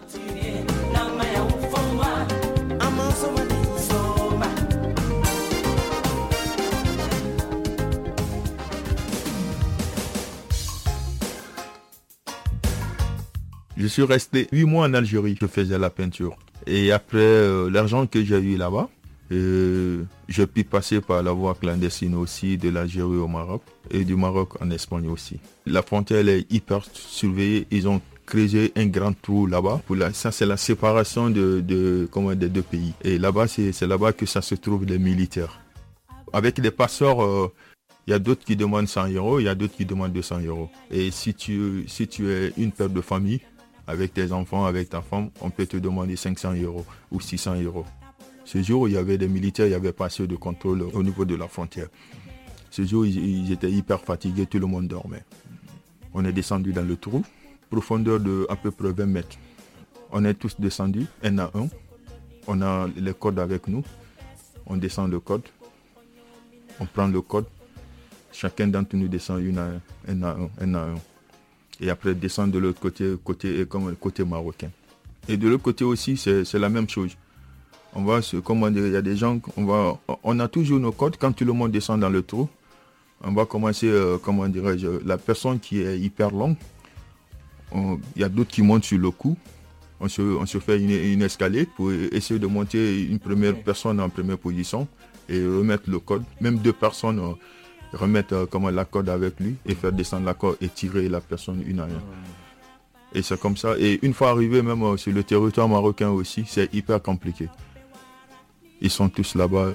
Je suis resté 8 mois en Algérie, je faisais la peinture. Et après l'argent que j'ai eu là-bas, j'ai pu passer par la voie clandestine aussi de l'Algérie au Maroc et du Maroc en Espagne aussi. La frontière elle est hyper surveillée, ils ont créé un grand trou là-bas. Ça c'est la séparation des 2 pays. Et là-bas c'est là-bas que ça se trouve les militaires. Avec les passeurs, il y a d'autres qui demandent 100 €, il y a d'autres qui demandent 200 €. Et si tu es une père de famille, avec tes enfants, avec ta femme, on peut te demander 500 € ou 600 €. Ce jour, il y avait des militaires, il n'y avait pas assez de contrôle au niveau de la frontière. Ce jour, ils étaient hyper fatigués, tout le monde dormait. On est descendu dans le trou, profondeur de à peu près 20 mètres. On est tous descendus, un à un. On a les codes avec nous. On descend le code. On prend le code. Chacun d'entre nous descend un à un. Et après descendre de l'autre côté marocain. Et de l'autre côté aussi, c'est la même chose. On va il y a des gens, on a toujours nos codes. Quand tout le monde descend dans le trou, on va commencer, la personne qui est hyper longue, il y a d'autres qui montent sur le cou. On se fait une escalier pour essayer de monter une première personne en première position et remettre le code. Même 2 personnes remettre la corde avec lui et faire descendre la corde et tirer la personne une à une. Et c'est comme ça. Et une fois arrivé même sur le territoire marocain aussi, c'est hyper compliqué. Ils sont tous là-bas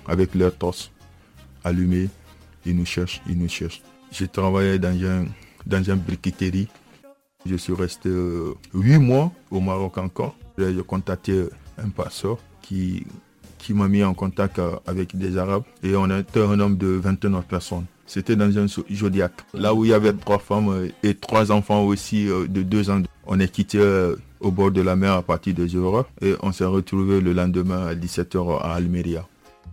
avec leur torse allumé. Ils nous cherchent. J'ai travaillé dans une briqueterie. Je suis resté 8 mois au Maroc encore. J'ai contacté un passeur qui m'a mis en contact avec des Arabes et on était un nombre de 29 personnes. C'était dans un Zodiac, là où il y avait 3 femmes et 3 enfants aussi de 2 ans. On est quitté au bord de la mer à partir de 0h et on s'est retrouvé le lendemain à 17h à Almeria.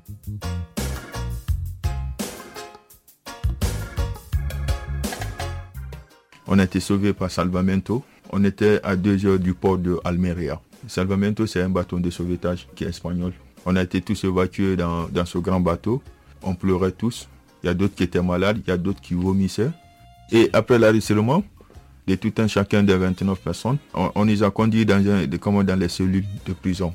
On a été sauvé par Salvamento. On était à 2 heures du port de Almeria. Salvamento, c'est un bateau de sauvetage qui est espagnol. On a été tous évacués dans ce grand bateau. On pleurait tous. Il y a d'autres qui étaient malades, il y a d'autres qui vomissaient. Et après l'enregistrement de tout un chacun des 29 personnes, on les a conduits dans les cellules de prison.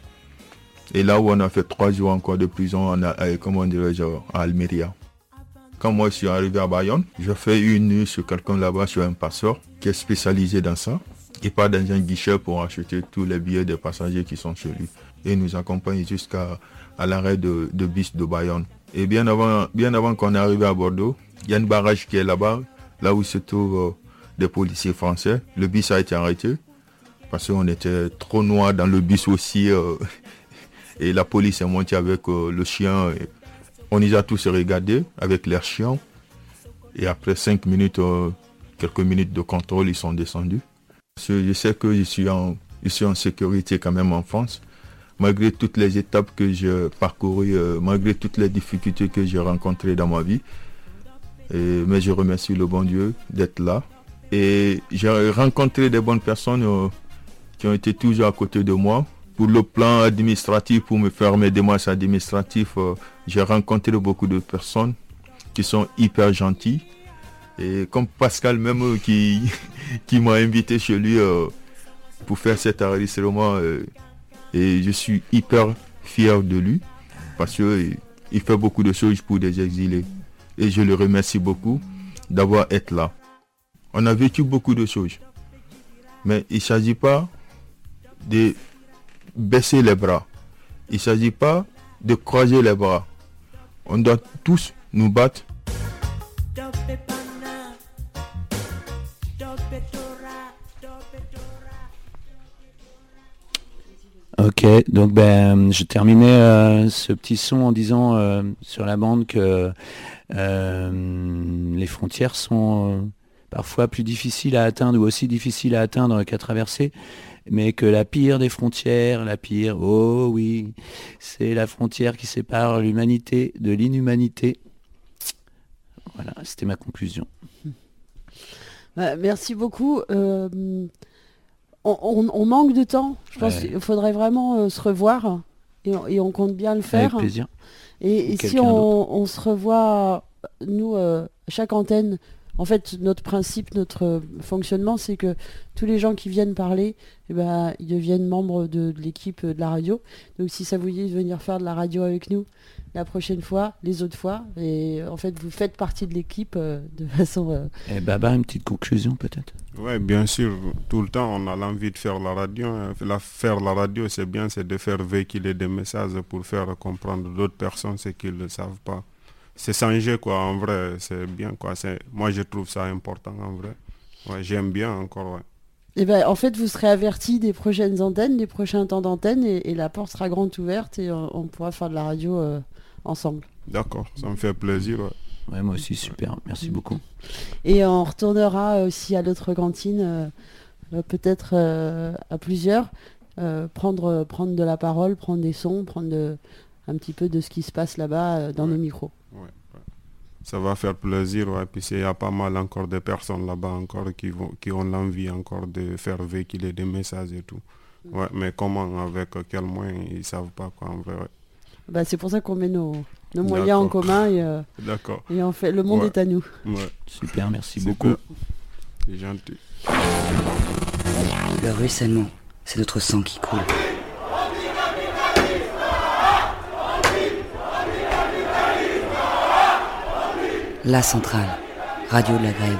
Et là où on a fait 3 jours encore de prison, à Almeria. Quand moi je suis arrivé à Bayonne, j'ai fait une nuit sur quelqu'un là-bas, sur un passeur qui est spécialisé dans ça. Il part dans un guichet pour acheter tous les billets des passagers qui sont chez lui. Et il nous accompagne jusqu'à l'arrêt de bus de Bayonne. Et bien avant qu'on arrive à Bordeaux, il y a un barrage qui est là-bas, là où se trouvent des policiers français. Le bus a été arrêté parce qu'on était trop noirs dans le bus aussi. Et la police est montée avec le chien. On les a tous regardés avec leurs chiens. Et après 5 minutes, quelques minutes de contrôle, ils sont descendus. Je sais que je suis en sécurité quand même en France. Malgré toutes les étapes que j'ai parcourues, malgré toutes les difficultés que j'ai rencontrées dans ma vie. Mais je remercie le bon Dieu d'être là. Et j'ai rencontré des bonnes personnes qui ont été toujours à côté de moi. Pour le plan administratif, pour me faire mes démarches administratives, j'ai rencontré beaucoup de personnes qui sont hyper gentilles. Et comme Pascal même qui m'a invité chez lui pour faire cet enregistrement. Et je suis hyper fier de lui parce qu'il fait beaucoup de choses pour des exilés. Et je le remercie beaucoup d'avoir été là. On a vécu beaucoup de choses. Mais il ne s'agit pas de baisser les bras. Il ne s'agit pas de croiser les bras. On doit tous nous battre. Ok, donc je terminais ce petit son en disant sur la bande que les frontières sont parfois plus difficiles à atteindre ou aussi difficiles à atteindre qu'à traverser, mais que la pire des frontières, oh oui, c'est la frontière qui sépare l'humanité de l'inhumanité. Voilà, c'était ma conclusion. Merci beaucoup. On manque de temps. Je pense qu'il faudrait vraiment se revoir et on compte bien le faire. Avec plaisir. Et si on se revoit, nous, chaque antenne, en fait, notre principe, notre fonctionnement, c'est que tous les gens qui viennent parler, ils deviennent membres de l'équipe de la radio. Donc si ça vous dit de venir faire de la radio avec nous la prochaine fois, les autres fois, et en fait, vous faites partie de l'équipe de façon... Et Baba, une petite conclusion peut-être? Oui, bien sûr. Tout le temps, on a l'envie de faire la radio. Faire la radio, c'est bien, c'est de faire véhiculer des messages pour faire comprendre d'autres personnes ce qu'ils ne savent pas. C'est changer, quoi, en vrai, c'est bien, quoi. Moi, je trouve ça important, en vrai. Ouais, j'aime bien encore, ouais. Et en fait, vous serez avertis des prochaines antennes, des prochains temps d'antenne, et la porte sera grande ouverte, et on pourra faire de la radio ensemble. D'accord, ça me fait plaisir, ouais. Ouais, moi aussi, super, merci beaucoup. Et on retournera aussi à l'autre cantine, peut-être à plusieurs, prendre de la parole, prendre des sons, prendre un petit peu de ce qui se passe là-bas dans nos micros. Ouais. Ça va faire plaisir, ouais. Puis il y a pas mal encore de personnes là-bas encore qui ont l'envie encore de faire véhiculer des messages et tout. Ouais, mais comment, avec quels moyens, ils ne savent pas, quoi, en vrai, ouais. C'est pour ça qu'on met nos moyens en commun et on fait le monde est à nous. Ouais. Super, merci beaucoup. C'est gentil. Le ruissellement, c'est notre sang qui coule. La centrale, radio de la grève.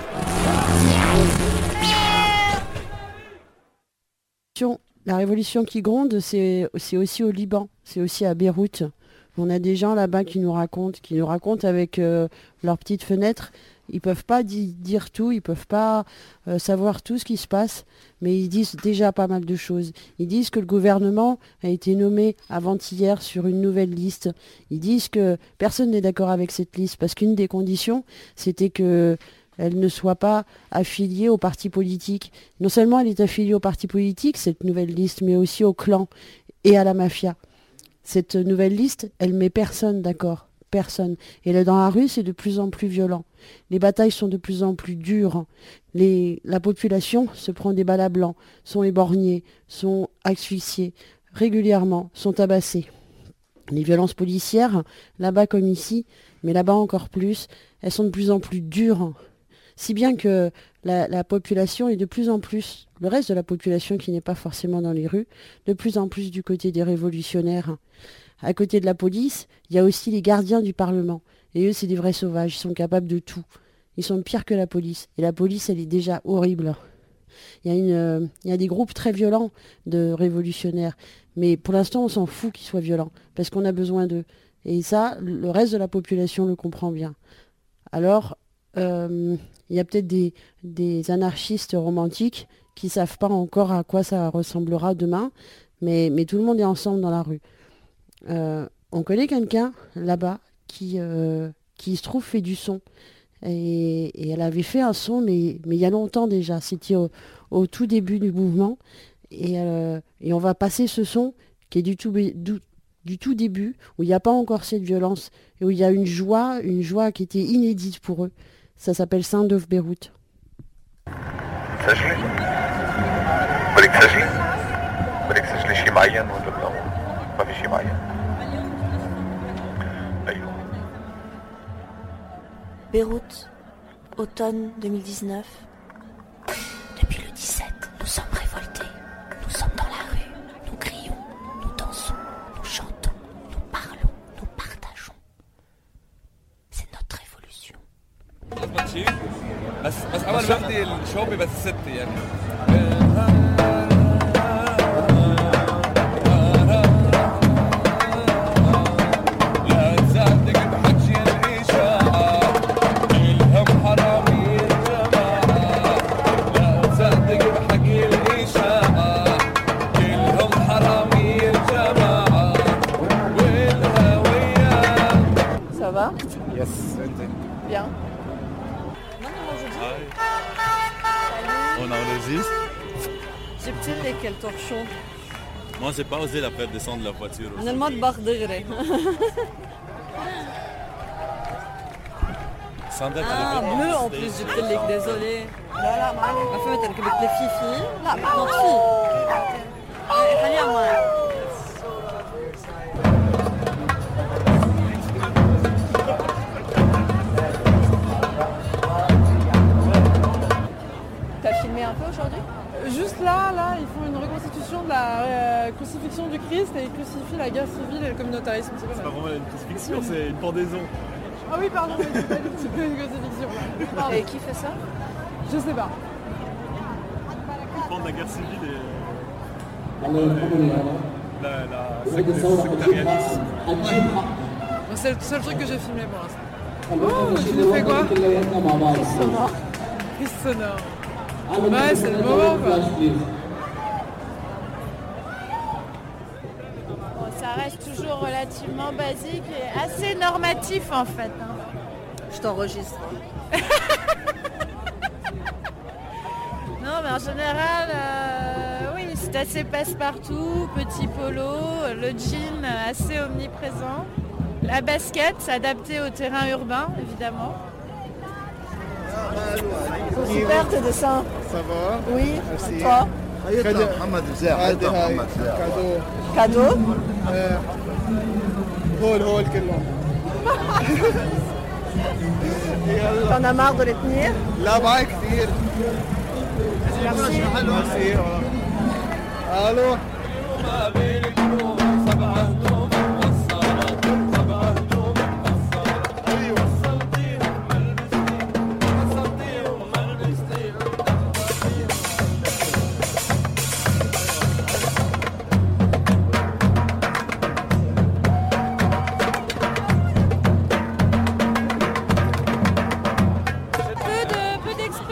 La révolution qui gronde, c'est aussi au Liban, c'est aussi à Beyrouth. On a des gens là-bas qui nous racontent avec leurs petites fenêtres. Ils peuvent pas dire tout, ils peuvent pas savoir tout ce qui se passe, mais ils disent déjà pas mal de choses. Ils disent que le gouvernement a été nommé avant-hier sur une nouvelle liste. Ils disent que personne n'est d'accord avec cette liste parce qu'une des conditions, c'était que elle ne soit pas affiliée au parti politique. Non seulement elle est affiliée au parti politique, cette nouvelle liste, mais aussi au clan et à la mafia. Cette nouvelle liste, elle met personne d'accord. Personne. Et là, dans la rue, c'est de plus en plus violent. Les batailles sont de plus en plus dures. La population se prend des balles à blanc, sont éborgnées, sont asphyxiées, régulièrement, sont tabassées. Les violences policières, là-bas comme ici, mais là-bas encore plus, elles sont de plus en plus dures. Si bien que la population est de plus en plus, le reste de la population qui n'est pas forcément dans les rues, de plus en plus du côté des révolutionnaires. À côté de la police, il y a aussi les gardiens du Parlement. Et eux, c'est des vrais sauvages, ils sont capables de tout. Ils sont pires que la police. Et la police, elle est déjà horrible. Il y a des groupes très violents de révolutionnaires. Mais pour l'instant, on s'en fout qu'ils soient violents, parce qu'on a besoin d'eux. Et ça, le reste de la population le comprend bien. Alors, il y a peut-être des anarchistes romantiques qui ne savent pas encore à quoi ça ressemblera demain, mais tout le monde est ensemble dans la rue. On connaît quelqu'un là-bas qui se trouve fait du son. Et elle avait fait un son, mais il y a longtemps déjà. C'était au tout début du mouvement. Et on va passer ce son qui est du tout début, où il n'y a pas encore cette violence, et où il y a une joie qui était inédite pour eux. Ça s'appelle Sound of Beirut. Beyrouth, automne 2019. Depuis le 17, nous sommes révoltés. Nous sommes dans la rue. Nous crions, nous dansons, nous chantons, nous parlons, nous partageons. C'est notre révolution. Ça va? Yes. Bien. On enregistre. جبت لك التورشون. Moi, j'ai pas osé la faire descendre la voiture. أنا المطبخ دغري. bleu en plus, جبت لك désolé. لا ما فهمت ركبت لي فيفي. لا ما نطفي. خليها معي. T'as filmé un peu aujourd'hui? Juste là, ils font une reconstitution de la crucifixion du Christ et ils crucifient la guerre civile et le communautarisme. C'est pas vraiment une crucifixion, c'est une pendaison. Ah oui, pardon, mais c'est pas une crucifixion. Pardon. Et qui fait ça? Je sais pas. Ils pendent la guerre civile et la sectarianisme. C'est le seul truc que j'ai filmé pour l'instant. Oh, tu fais quoi? Prise sonore. Ouais, c'est le moment quoi. Bon, ça reste toujours relativement basique et assez normatif en fait. Je t'enregistre. Non mais en général, oui, c'est assez passe-partout, petit polo, le jean assez omniprésent. La basket adaptée au terrain urbain évidemment. Super tes dessins. Ça va? Oui, merci. Et toi? Cadeau. هول كلهم. T'en as marre de les tenir? لا معي كثير. Merci. الو.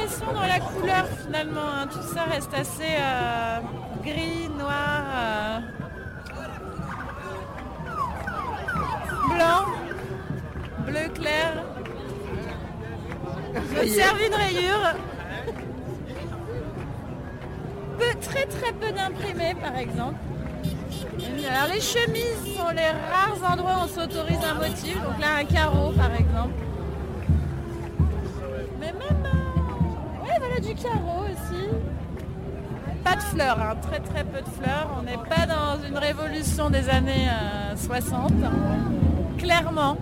variation dans la couleur finalement, hein. Tout ça reste assez gris, noir, blanc, bleu clair. J'observe une rayure. Très très peu d'imprimés par exemple. Alors les chemises sont les rares endroits où on s'autorise un motif, donc là un carreau par exemple. Mais même, ouais voilà du carreau aussi. Pas de fleurs, hein, très très peu de fleurs. On n'est pas dans une révolution des années 60, clairement.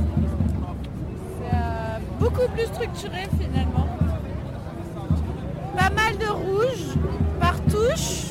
C'est beaucoup plus structuré finalement. Pas mal de rouge par touche.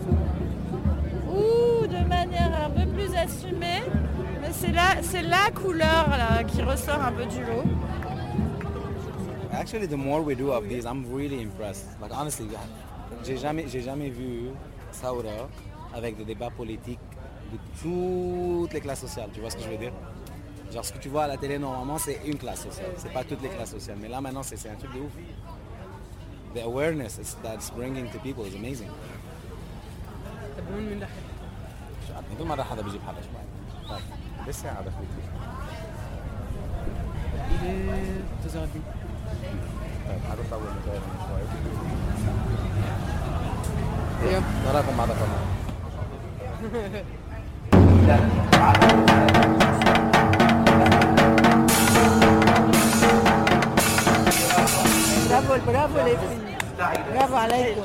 Ou de manière un peu plus assumée, mais c'est la couleur là, qui ressort un peu du lot. Actually, the more we do of these, I'm really impressed. Like honestly, j'ai jamais vu Saoura avec des débats politiques de toutes les classes sociales. Tu vois ce que je veux dire? Genre ce que tu vois à la télé normalement, c'est une classe sociale, c'est pas toutes les classes sociales. Mais là maintenant, c'est un truc de ouf. The awareness that's bringing to people is amazing. بدون ما راح هذا بيجيب حدا شوي. طيب بالساعة دخلت. إلى 9:30. طيب حنطول شوي. يلا نراكم بعد قليل. برافو les filles. برافو عليكم.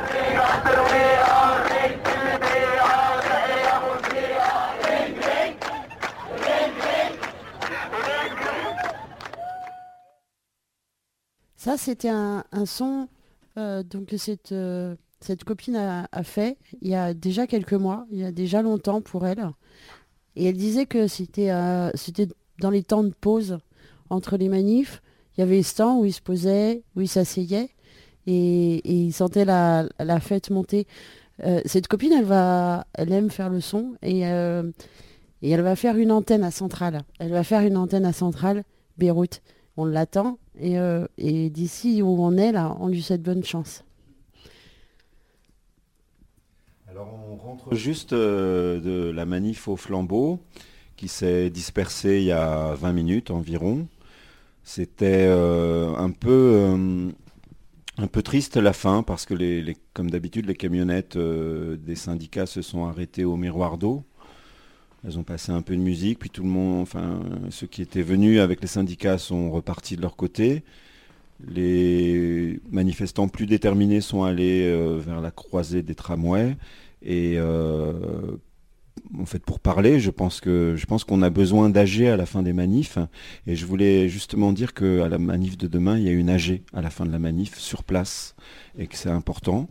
Ça, c'était un son donc que cette copine a fait il y a déjà quelques mois, il y a déjà longtemps pour elle. Et elle disait que c'était dans les temps de pause entre les manifs. Il y avait ce temps où ils se posaient, où ils s'asseyaient et ils sentaient la fête monter. Cette copine, elle aime faire le son et elle va faire une antenne à Centrale. Elle va faire une antenne à Centrale, Beyrouth. On l'attend et d'ici où on est là, on lui souhaite bonne chance. Alors on rentre juste de la manif au flambeau qui s'est dispersée il y a 20 minutes environ. C'était un peu triste la fin parce que comme d'habitude les camionnettes des syndicats se sont arrêtées au miroir d'eau. Elles ont passé un peu de musique, puis tout le monde, enfin ceux qui étaient venus avec les syndicats sont repartis de leur côté. Les manifestants plus déterminés sont allés vers la croisée des tramways. Et en fait, pour parler, je pense qu'on a besoin d'AG à la fin des manifs. Et je voulais justement dire qu'à la manif de demain, il y a une AG à la fin de la manif sur place et que c'est important.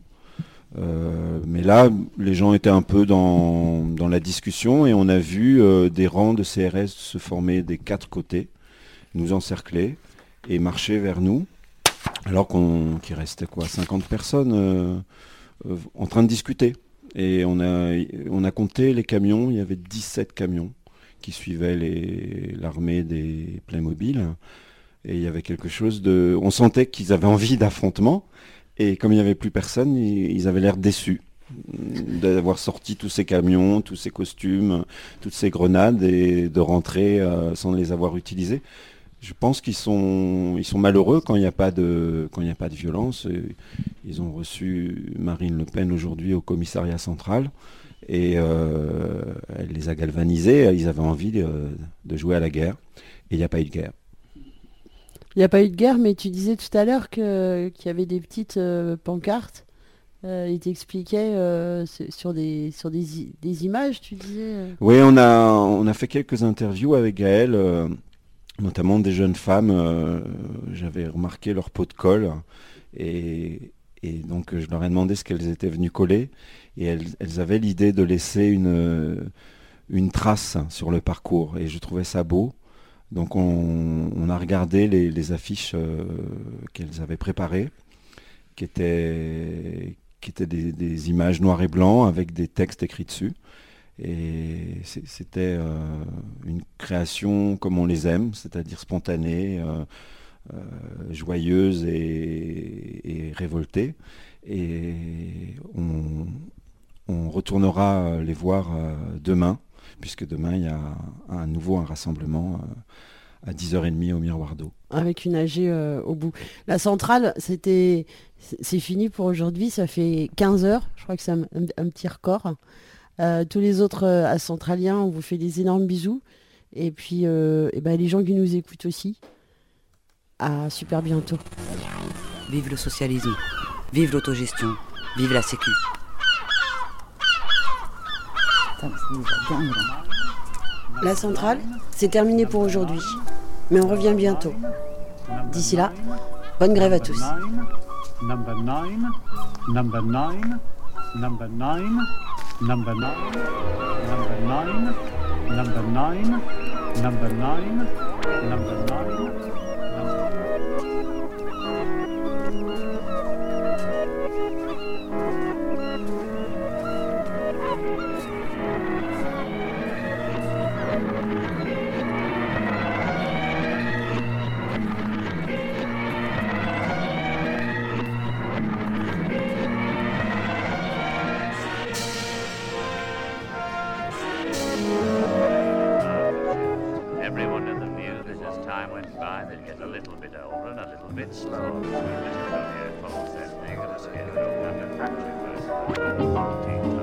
Mais là, les gens étaient un peu dans la discussion et on a vu des rangs de CRS se former des quatre côtés, nous encercler et marcher vers nous, alors qu'il restait 50 personnes en train de discuter. Et on a compté les camions, il y avait 17 camions qui suivaient l'armée des Playmobil. Et il y avait quelque chose de... On sentait qu'ils avaient envie d'affrontement. Et comme il n'y avait plus personne, ils avaient l'air déçus d'avoir sorti tous ces camions, tous ces costumes, toutes ces grenades et de rentrer sans les avoir utilisés. Je pense qu'ils sont malheureux quand il n'y a pas de violence. Et ils ont reçu Marine Le Pen aujourd'hui au commissariat central et elle les a galvanisés. Ils avaient envie de jouer à la guerre et il n'y a pas eu de guerre. Il n'y a pas eu de guerre, mais tu disais tout à l'heure qu'il y avait des petites pancartes. Il t'expliquait sur des images, tu disais. Oui, on a fait quelques interviews avec Gaëlle, notamment des jeunes femmes. J'avais remarqué leur pot de colle et donc je leur ai demandé ce qu'elles étaient venues coller. Et elles avaient l'idée de laisser une trace sur le parcours et je trouvais ça beau. Donc on a regardé les affiches qu'elles avaient préparées, qui étaient des images noires et blancs avec des textes écrits dessus. Et c'était une création comme on les aime, c'est-à-dire spontanée, joyeuse et et révoltés. Et on retournera les voir demain, puisque demain il y a un rassemblement à 10h30 au Miroir d'eau. Avec une AG au bout. La centrale, c'est fini pour aujourd'hui, ça fait 15 heures, je crois que c'est un petit record. Tous les autres centraliens, on vous fait des énormes bisous. Et puis les gens qui nous écoutent aussi, à super bientôt. Vive le socialisme, vive l'autogestion, vive la sécu. La centrale, c'est terminé pour aujourd'hui. Mais on revient bientôt. D'ici là, bonne grève à tous. Number 9, number 9, number 9, number 9, number 9, number 9, number 9, number 9. Slow. Just put your earphones in, they're going to scare the dog out of the factory first.